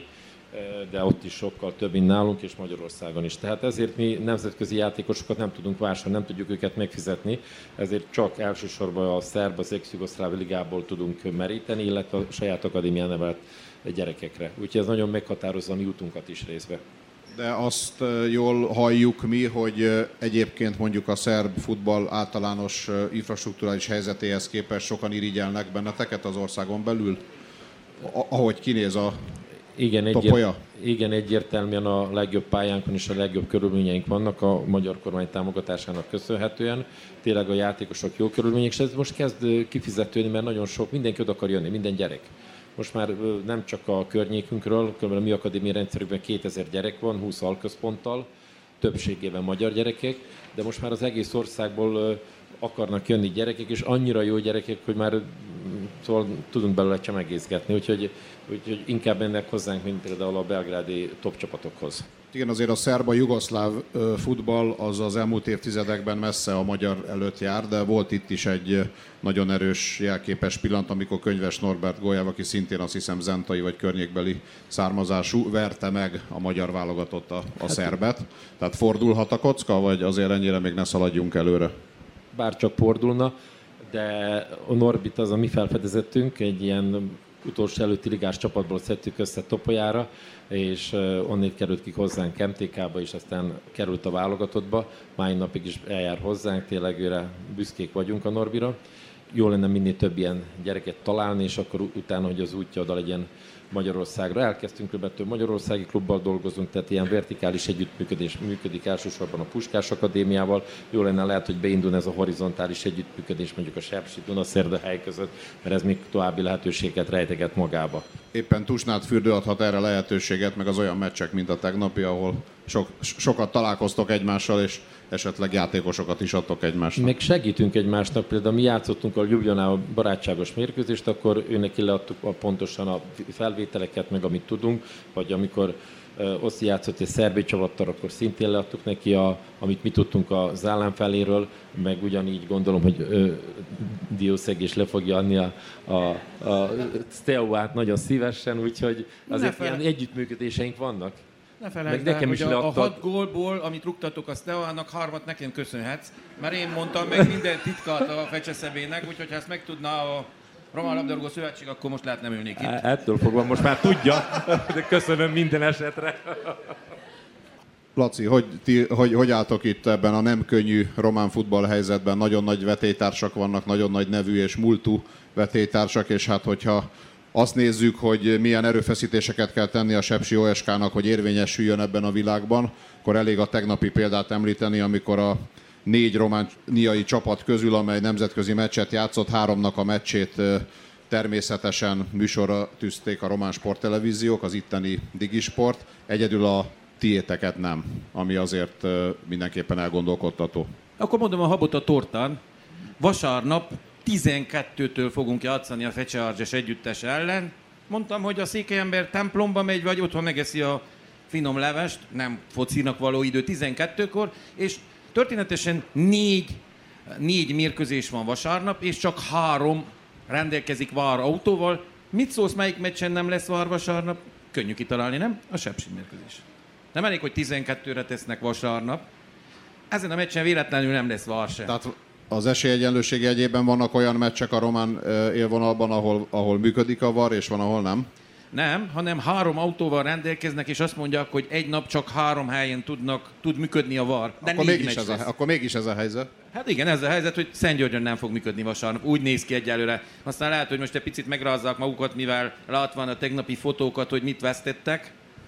de ott is sokkal több, mint nálunk, és Magyarországon is. Tehát ezért mi nemzetközi játékosokat nem tudunk vásárolni, nem tudjuk őket megfizetni, ezért csak elsősorban a szerb, az ex-jugoszláv ligából tudunk meríteni, illetve a saját akadémián nevelt gyerekekre. Úgyhogy ez nagyon meghatározza a mi útunkat is részbe. De azt jól halljuk mi, hogy egyébként mondjuk a szerb futball általános infrastrukturális helyzetéhez képest sokan irigyelnek benneteket az országon belül, ahogy kinéz a igen, topolya? Egyért, igen, egyértelműen a legjobb pályánkon és a legjobb körülményeink vannak a magyar kormány támogatásának köszönhetően. Tényleg a játékosok jó körülmények, és ez most kezd kifizetődni, mert nagyon sok, mindenki oda akar jönni, minden gyerek. Most már nem csak a környékünkről, kb. A mi akadémiai rendszerükben kétezer gyerek van, húsz alközponttal, többségében magyar gyerekek, de most már az egész országból akarnak jönni gyerekek, és annyira jó gyerekek, hogy már szóval tudunk belőle csemegészgetni, úgyhogy, úgyhogy inkább ennek hozzánk, mint például a belgrádi top csapatokhoz. Igen, azért a szerb, a jugoszláv futball az az elmúlt évtizedekben messze a magyar előtt jár, de volt itt is egy nagyon erős, jelképes pillanat, amikor Könyves Norbert Gollyáv, aki szintén azt hiszem zentai vagy környékbeli származású, verte meg a magyar válogatott a, a szerbet. Tehát fordulhat a kocka, vagy azért ennyire még ne szaladjunk előre? Bár csak fordulna, de a Norbit az a mi felfedezettünk, egy ilyen utolsó előtti ligás csapatból szedtük össze Topolyára, és onnét került ki hozzánk em té ká-ba, és aztán került a válogatottba. Mai napig is eljár hozzánk, tényleg őre büszkék vagyunk a Norbira. Jó lenne minél több ilyen gyereket találni, és akkor utána, hogy az útja oda legyen Magyarországra. Elkezdtünk kb. Több magyarországi klubbal dolgozunk, tehát ilyen vertikális együttműködés működik elsősorban a Puskás Akadémiával. Jó lenne lehet, hogy beindul ez a horizontális együttműködés mondjuk a Sepsi-Dunaszerdahely között, mert ez még további lehetőséget rejteget magába. Éppen Tusnád fürdő adhat erre lehetőséget, meg az olyan meccsek, mint a tegnapi, ahol sok, sokat találkoztok egymással, és esetleg játékosokat is adtok egymásnak. Meg segítünk egymásnak, például mi játszottunk a Ljubljanával barátságos mérkőzést, akkor őneki leadtuk a pontosan a felvételeket, meg amit tudunk, vagy amikor uh, Oszi játszott egy szerbi csapattal, akkor szintén leadtuk neki, a, amit mi tudtunk az ellenfeléről, meg ugyanígy gondolom, hogy uh, Diószeg is le fogja adni a, a, a Steaua-t nagyon szívesen, úgyhogy azért ilyen együttműködéseink vannak. Ne felejtsd el, hogy a, a hat gólból, amit rúgtatok a Steaua-nak, harmat nekem köszönhetsz, mert én mondtam meg minden titkát a Fecseszebének, úgyhogy ha ezt megtudná a Román Labdarúgó Szövetség, akkor most lehet nem ülnék itt. Ettől fogva most már tudja, de köszönöm minden esetre. Laci, hogy, ti, hogy, hogy álltok itt ebben a nem könnyű román futball helyzetben? Nagyon nagy vetélytársak vannak, nagyon nagy nevű és múltú vetélytársak, és hát hogyha azt nézzük, hogy milyen erőfeszítéseket kell tenni a Sepsi o es ká-nak, hogy érvényesüljön ebben a világban, akkor elég a tegnapi példát említeni, amikor a négy romániai csapat közül, amely nemzetközi meccset játszott, háromnak a meccsét természetesen műsorra tűzték a román sporttelevíziók, az itteni Digisport, egyedül a tiéteket nem, ami azért mindenképpen elgondolkodtató. Akkor mondom a habot a tortán. Vasárnap tizenkettőtől fogunk játszani a Fecsehardzses együttes ellen, Mondtam, hogy a székelyember templomba megy, vagy otthon megeszi a finom levest, nem focinak való idő tizenkettőkor, és történetesen négy, négy mérkőzés van vasárnap, és csak három rendelkezik VAR autóval. Mit szólsz, melyik meccsen nem lesz VAR vasárnap? Könnyű kitalálni, nem? A Sepsi mérkőzés. Nem elég, hogy tizenkettőre tesznek vasárnap. Ezen a meccsen véletlenül nem lesz VAR se. Tehát az esélyegyenlőség jegyében vannak olyan meccsek a román élvonalban, ahol, ahol működik a VAR, és van, ahol nem? Nem, hanem három autóval rendelkeznek, és azt mondják, hogy egy nap csak három helyen tudnak, tud működni a VAR. De akkor, mégis ez a, akkor mégis ez a helyzet? Hát igen, ez a helyzet, hogy Szentgyörgyön nem fog működni vasárnap. Úgy néz ki egyelőre. Aztán lehet, hogy most egy picit megrázzák magukat, mivel látván a tegnapi fotókat, hogy mit vesztettek.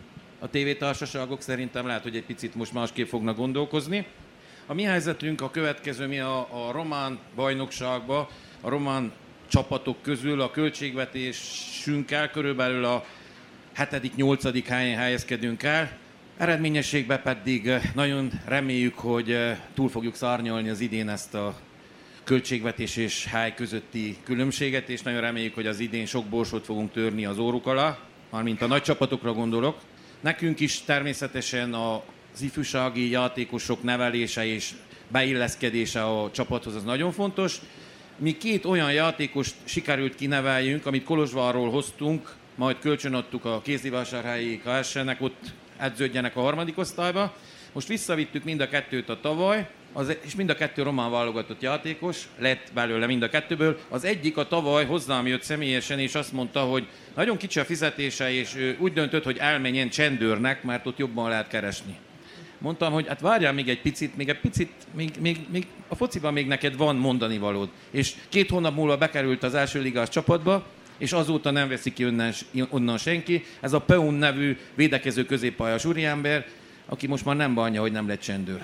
A tévétársaságok szerintem lehet, hogy egy picit most másképp fognak gondolkozni. A mi helyzetünk a következő, mi a, a román bajnokságban, a román csapatok közül a költségvetésünkkel körülbelül a hetedik-nyolcadik helyen helyezkedünk el. Eredményességben pedig nagyon reméljük, hogy túl fogjuk szárnyalni az idén ezt a költségvetés és hely közötti különbséget, és nagyon reméljük, hogy az idén sok borsot fogunk törni az óruk alá, mármint a nagy csapatokra gondolok. Nekünk is természetesen az ifjúsági játékosok nevelése és beilleszkedése a csapathoz az nagyon fontos. Mi két olyan játékost sikerült kineveljünk, amit Kolozsvárról hoztunk, majd kölcsönadtuk a kézdivásárhelyi ká es en-nek, ott edződjenek a harmadik osztályba. Most visszavittük mind a kettőt a tavaly, az, és mind a kettő román válogatott játékos, lett belőle mind a kettőből. Az egyik a tavaly hozzám jött személyesen, és azt mondta, hogy nagyon kicsi a fizetése, és ő úgy döntött, hogy elmenjen csendőrnek, mert ott jobban lehet keresni. Mondtam, hogy hát várjál még egy picit, még egy picit, még, még, még a fociban még neked van mondani valód. És két hónap múlva bekerült az első ligás csapatba, és azóta nem veszik ki onnan, onnan senki. Ez a Peun nevű védekező középpályás úriember, aki most már nem bánja, hogy nem lett csendőr.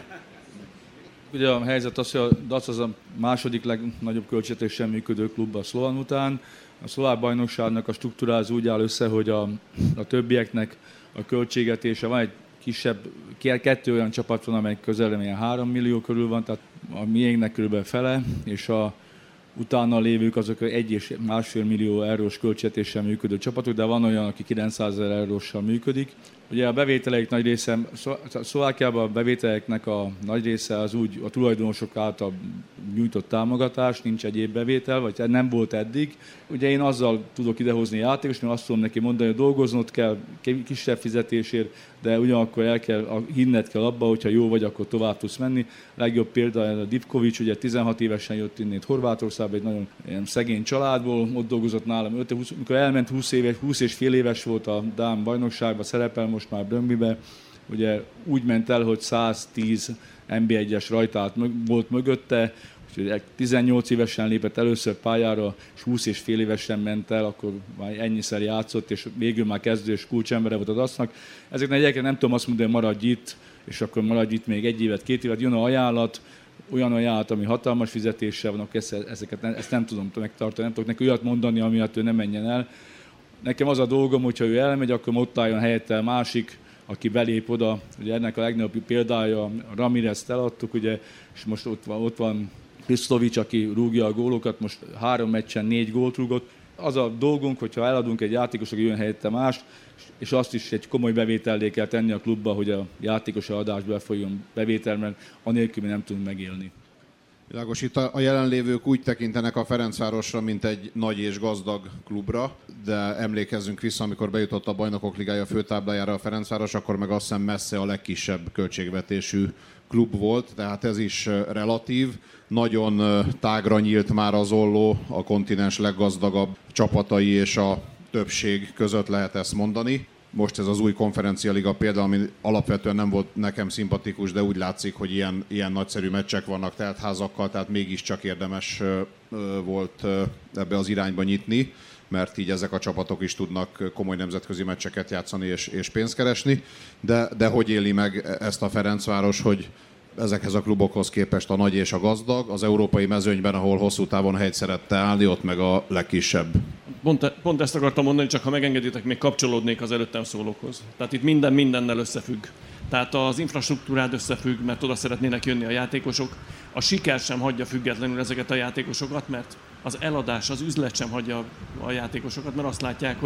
Ugye a helyzet az, hogy a dac az a második legnagyobb költségvetéssel működő klub a Slovan után. A szlovák bajnokságnak a struktúráz úgy áll össze, hogy a, a többieknek a költségvetése van egy kisebb, kettő olyan csapat van, amely közel ilyen három millió körül van, tehát a miénknek körülbelül fele, és a utána lévők azok egy és másfél millió eurós költségvetéssel működő csapatok, de van olyan, aki kilencszázezer euróssal működik. Ugye a bevételeik nagy része, Szlovákiában a bevételeknek a nagy része az úgy a tulajdonosok által nyújtott támogatás, nincs egyéb bevétel, vagy nem volt eddig. Ugye én azzal tudok idehozni játékos, mert azt tudom neki mondani, hogy dolgoznod kell kisebb fizetésért, de ugyanakkor el kell, hinned kell abba, hogyha jó vagy, akkor tovább tudsz menni. A legjobb példa a Divkovics, ugye tizenhat évesen jött innét Horvátországba, egy nagyon szegény családból, ott dolgozott nálam, öt, húsz, mikor elment húsz, éves, húsz és fél éves volt a dán bajnokságban, szerepel most már Bröndbybe, ugye úgy ment el, hogy száztíz en bé egyes rajtát volt mögötte, úgyhogy tizennyolc évesen lépett először pályára, és húsz és fél évesen ment el, akkor már ennyiszer játszott, és végül már kezdő és kulcsembere volt az asznak. Ezeknek egyébként nem tudom azt mondani, hogy maradj itt, és akkor maradj itt még egy évet, két évet, jön a ajánlat, olyan ajánlat, ami hatalmas fizetéssel van, akkor ezt, ezeket nem, ezt nem tudom megtartani, nem tudok neki olyat mondani, amiatt ő nem menjen el. Nekem az a dolgom, hogyha ő elmegy, akkor ott álljon helyette a másik, aki belép oda. Ugye ennek a legnagyobb példája, Ramirez-t eladtuk, ugye, és most ott van, ott van Krisztovics, aki rúgja a gólokat, most három meccsen négy gólt rúgott. Az a dolgunk, hogyha eladunk egy játékos, aki jön helyette más, és azt is egy komoly bevétellé kell tenni a klubba, hogy a játékos adásba folyjon bevétel, mert anélkül mi nem tudunk megélni. Világos, itt a jelenlévők úgy tekintenek a Ferencvárosra, mint egy nagy és gazdag klubra, de emlékezzünk vissza, amikor bejutott a Bajnokok Ligája főtáblájára a Ferencváros, akkor meg azt hiszem messze a legkisebb költségvetésű klub volt, tehát ez is relatív. Nagyon tágra nyílt már az olló a kontinens leggazdagabb csapatai és a többség között, lehet ezt mondani. Most ez az új konferencialiga például, ami alapvetően nem volt nekem szimpatikus, de úgy látszik, hogy ilyen, ilyen nagyszerű meccsek vannak teltházakkal, tehát mégiscsak érdemes volt ebbe az irányba nyitni, mert így ezek a csapatok is tudnak komoly nemzetközi meccseket játszani és, és pénzt keresni. De, de hogy éli meg ezt a Ferencváros, hogy ezekhez a klubokhoz képest a nagy és a gazdag, az európai mezőnyben, ahol hosszú távon helyt szerette állni, ott meg a legkisebb? Pont, pont ezt akartam mondani, csak ha megengeditek, még kapcsolódnék az előttem szólókhoz. Tehát itt minden mindennel összefügg. Tehát az infrastruktúrád összefügg, mert oda szeretnének jönni a játékosok. A siker sem hagyja függetlenül ezeket a játékosokat, mert az eladás, az üzlet sem hagyja a játékosokat, mert azt látják, hogy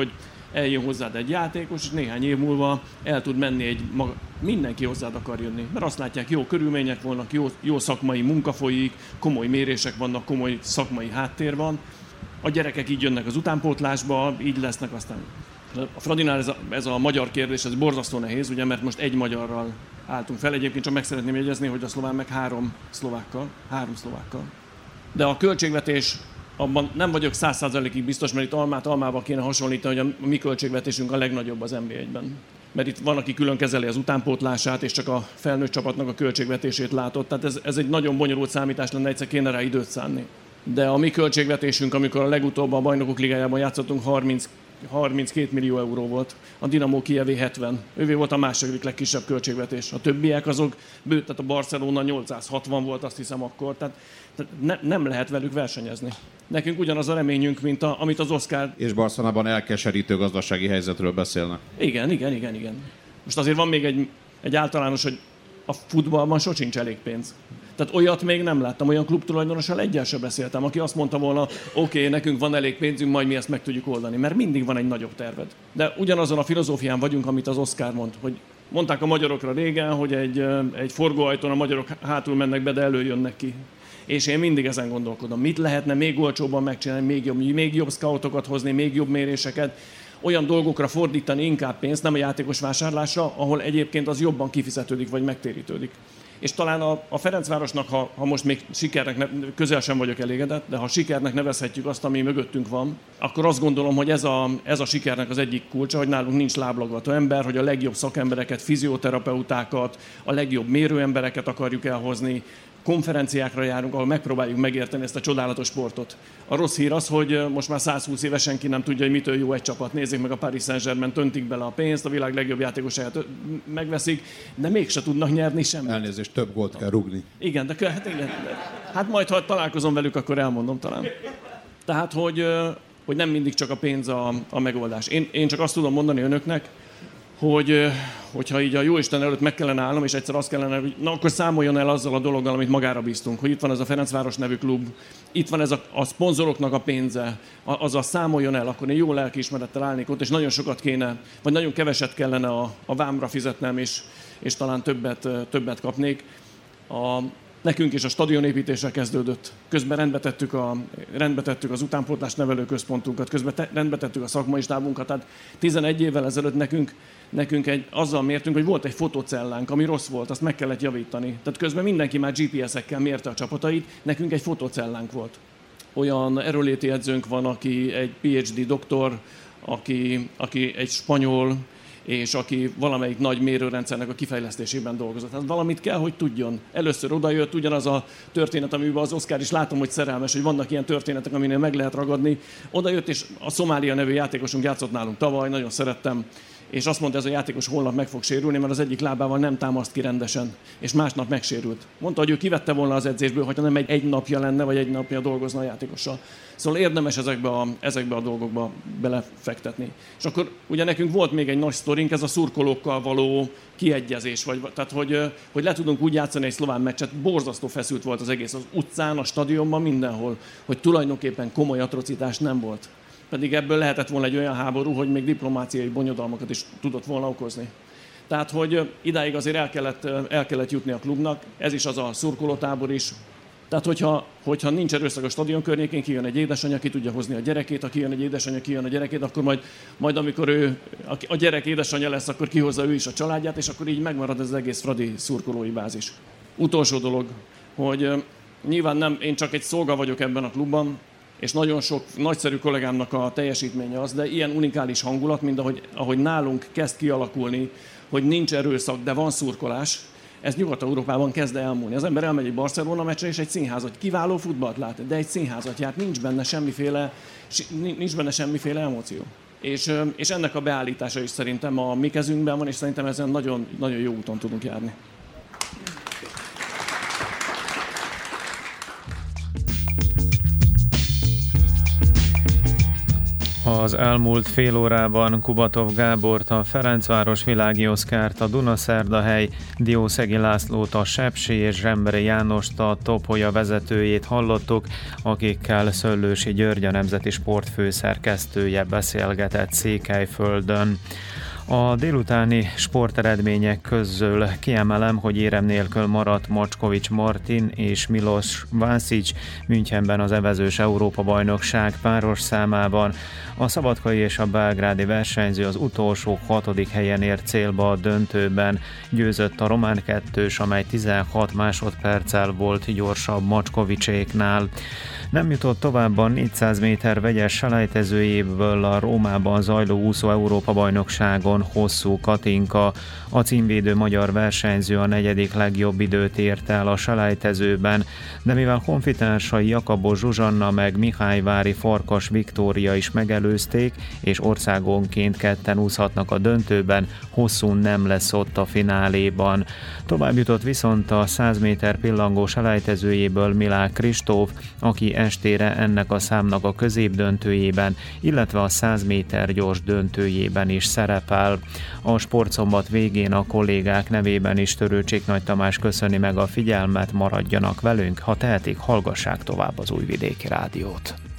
eljön hozzád egy játékos, és néhány év múlva el tud menni egy maga... Mindenki hozzád akar jönni, mert azt látják, jó körülmények vannak, jó, jó szakmai munka folyik, komoly mérések vannak, komoly szakmai háttér van. A gyerekek így jönnek az utánpótlásba, így lesznek aztán. A Fradinál ez a, ez a magyar kérdés, ez borzasztó nehéz, ugye, mert most egy magyarral álltunk fel. Egyébként csak meg szeretném jegyezni, hogy a szlován meg három szlovákkal, három szlovákkal. De a költségvetés, abban nem vagyok száz százalékig biztos, mert itt almát almába kéne hasonlítani, hogy a mi költségvetésünk a legnagyobb az en bé egyben. Mert itt van, aki külön kezeli az utánpótlását, és csak a felnőtt csapatnak a költségvetését látott. Tehát ez, ez egy nagyon bonyolult számítás lenne, egyszer kéne rá időt szánni. De a mi költségvetésünk, amikor a legutóbb a Bajnokok Ligájában játszottunk, harminc harminckét millió euró volt, a Dinamo Kijevé hetven. Ővé volt a második legkisebb költségvetés. A többiek azok, bőt, tehát a Barcelona nyolcszázhatvan volt, azt hiszem akkor, tehát, tehát ne, nem lehet velük versenyezni. Nekünk ugyanaz a reményünk, mint a, amit az Oscar... És Barcelonában elkeserítő gazdasági helyzetről beszélnek. Igen, igen, igen, igen. Most azért van még egy, egy általános, hogy a futballban sosincs elég pénz. Tehát olyat még nem láttam, olyan klubtulajdonossal egyel sem beszéltem, aki azt mondta volna, oké, okay, nekünk van elég pénzünk, majd mi ezt meg tudjuk oldani, mert mindig van egy nagyobb terved. De ugyanazon a filozófián vagyunk, amit az Oscar mond, hogy mondták a magyarokra régen, hogy egy, egy forgóajtón a magyarok hátul mennek be, de előjönnek ki. És én mindig ezen gondolkodom, mit lehetne még olcsóbban megcsinálni, még jobb, még jobb scoutokat hozni, még jobb méréseket, olyan dolgokra fordítani inkább pénzt, nem a játékos vásárlásra, ahol egyébként az jobban kifizetődik, vagy megtérítődik. És talán a, a Ferencvárosnak, ha, ha most még sikernek, ne, közel sem vagyok elégedett, de ha sikernek nevezhetjük azt, ami mögöttünk van, akkor azt gondolom, hogy ez a, ez a sikernek az egyik kulcsa, hogy nálunk nincs láblagvató ember, hogy a legjobb szakembereket, fizioterapeutákat, a legjobb mérőembereket akarjuk elhozni, konferenciákra járunk, ahol megpróbáljuk megérteni ezt a csodálatos sportot. A rossz hír az, hogy most már száz húsz éve senki nem tudja, hogy mitől jó egy csapat. Nézzék meg a Paris Saint-Germain, töntik bele a pénzt, a világ legjobb játékosát megveszik, de mégse tudnak nyerni semmit. Elnézést, több gólt kell rugni. Igen, de hát, igen, de, hát majd, ha találkozom velük, akkor elmondom talán. Tehát, hogy, hogy nem mindig csak a pénz a, a megoldás. Én, én csak azt tudom mondani önöknek, hogy hogyha így a Jóisten előtt meg kellene állnom, és egyszer azt kellene, hogy na akkor számoljon el azzal a dologgal, amit magára bíztunk, hogy itt van ez a Ferencváros nevű klub, itt van ez a, a szponzoroknak a pénze, a, azzal számoljon el, akkor én jó lelkiismerettel állnék ott, és nagyon sokat kéne, vagy nagyon keveset kellene a, a vámra fizetnem, és, és talán többet, többet kapnék. A, Nekünk is a stadionépítésre kezdődött. Közben rendbe tettük, a, rendbe tettük az utánpótlás nevelőközpontunkat, közben te, rendbe tettük a szakmai stábunkat. Tehát tizenegy évvel ezelőtt nekünk, nekünk egy, azzal mértünk, hogy volt egy fotocellánk, ami rossz volt, azt meg kellett javítani. Tehát közben mindenki már gé pé es-ekkel mérte a csapatait, nekünk egy fotocellánk volt. Olyan erőléti edzőnk van, aki egy pé há dé doktor, aki, aki egy spanyol, és aki valamelyik nagy mérőrendszernek a kifejlesztésében dolgozott. Hát valamit kell, hogy tudjon. Először odajött ugyanaz a történet, amiben az Oscar is látom, hogy szerelmes, hogy vannak ilyen történetek, aminél meg lehet ragadni. Odajött, és a Szomália nevű játékosunk játszott nálunk tavaly, nagyon szerettem, és azt mondta, ez a játékos holnap meg fog sérülni, mert az egyik lábával nem támaszt ki rendesen, és másnap megsérült. Mondta, hogy ő kivette volna az edzésből, hogyha nem egy, egy napja lenne, vagy egy napja dolgozna a játékossal. Szóval érdemes ezekbe a, ezekbe a dolgokba belefektetni. És akkor ugye nekünk volt még egy nagy sztorink, ez a szurkolókkal való kiegyezés, vagy, tehát hogy, hogy le tudunk úgy játszani egy szlován meccset, borzasztó feszült volt az egész, az utcán, a stadionban, mindenhol, hogy tulajdonképpen komoly atrocitás nem volt. Pedig ebből lehetett volna egy olyan háború, hogy még diplomáciai bonyodalmakat is tudott volna okozni. Tehát, hogy idáig azért el kellett, el kellett jutni a klubnak, ez is az a szurkolótábor is. Tehát, hogyha, hogyha nincs erőszak a stadion környékén, kijön egy édesanyja, ki tudja hozni a gyerekét, ha kijön egy édesanyja, kijön a gyerekét, akkor majd, majd amikor ő, a gyerek édesanyja lesz, akkor kihozza ő is a családját, és akkor így megmarad ez az egész fradi szurkolói bázis. Utolsó dolog, hogy nyilván nem, én csak egy szolga vagyok ebben a klubban, és nagyon sok nagyszerű kollégámnak a teljesítménye az, de ilyen unikális hangulat, mint ahogy, ahogy nálunk kezd kialakulni, hogy nincs erőszak, de van szurkolás, ez Nyugat-Európában kezd elmúlni. Az ember elmegy egy Barcelona meccsre, és egy színházat, kiváló futballt lát, de egy színházat járt, nincs benne semmiféle, nincs benne semmiféle emóció. És, és ennek a beállítása is szerintem a mi kezünkben van, és szerintem ezen nagyon, nagyon jó úton tudunk járni. Az elmúlt fél órában Kubatov Gábort, a Ferencváros Világi Oszkárt, a Dunaszerdahely, Diószegi Lászlót, a Sepsi és Zsembere Jánost, a Topolya vezetőjét hallottuk, akikkel Szöllősi György, a Nemzeti Sport főszerkesztője beszélgetett Székelyföldön. A délutáni sporteredmények közül kiemelem, hogy érem nélkül maradt Macskovics Martin és Milos Vasic Münchenben az evezős Európa-bajnokság páros számában. A szabadkai és a belgrádi versenyző az utolsó hatodik helyen ért célba a döntőben. Győzött a román kettős, amely tizenhat másodperccel volt gyorsabb Mackovicséknál. Nem jutott tovább a négyszáz méter vegyes selejtezőjéből a Rómában zajló úszó Európa-bajnokságon Hosszú Katinka. A címvédő magyar versenyző a negyedik legjobb időt ért el a selejtezőben, de mivel honfitársai Jakabos Zsuzsanna meg Mihályvári Farkas Viktória is megelőzték, és országonként ketten úszhatnak a döntőben, Hosszú nem lesz ott a fináléban. Tovább jutott viszont a száz méter pillangó selejtezőjéből Milák Kristóf, aki estére ennek a számnak a középdöntőjében, illetve a száz méter gyors döntőjében is szerepel. A sportszombat végén a kollégák nevében is Törőcsik Nagy Tamás köszöni meg a figyelmet, maradjanak velünk, ha tehetik, hallgassák tovább az Újvidéki Rádiót.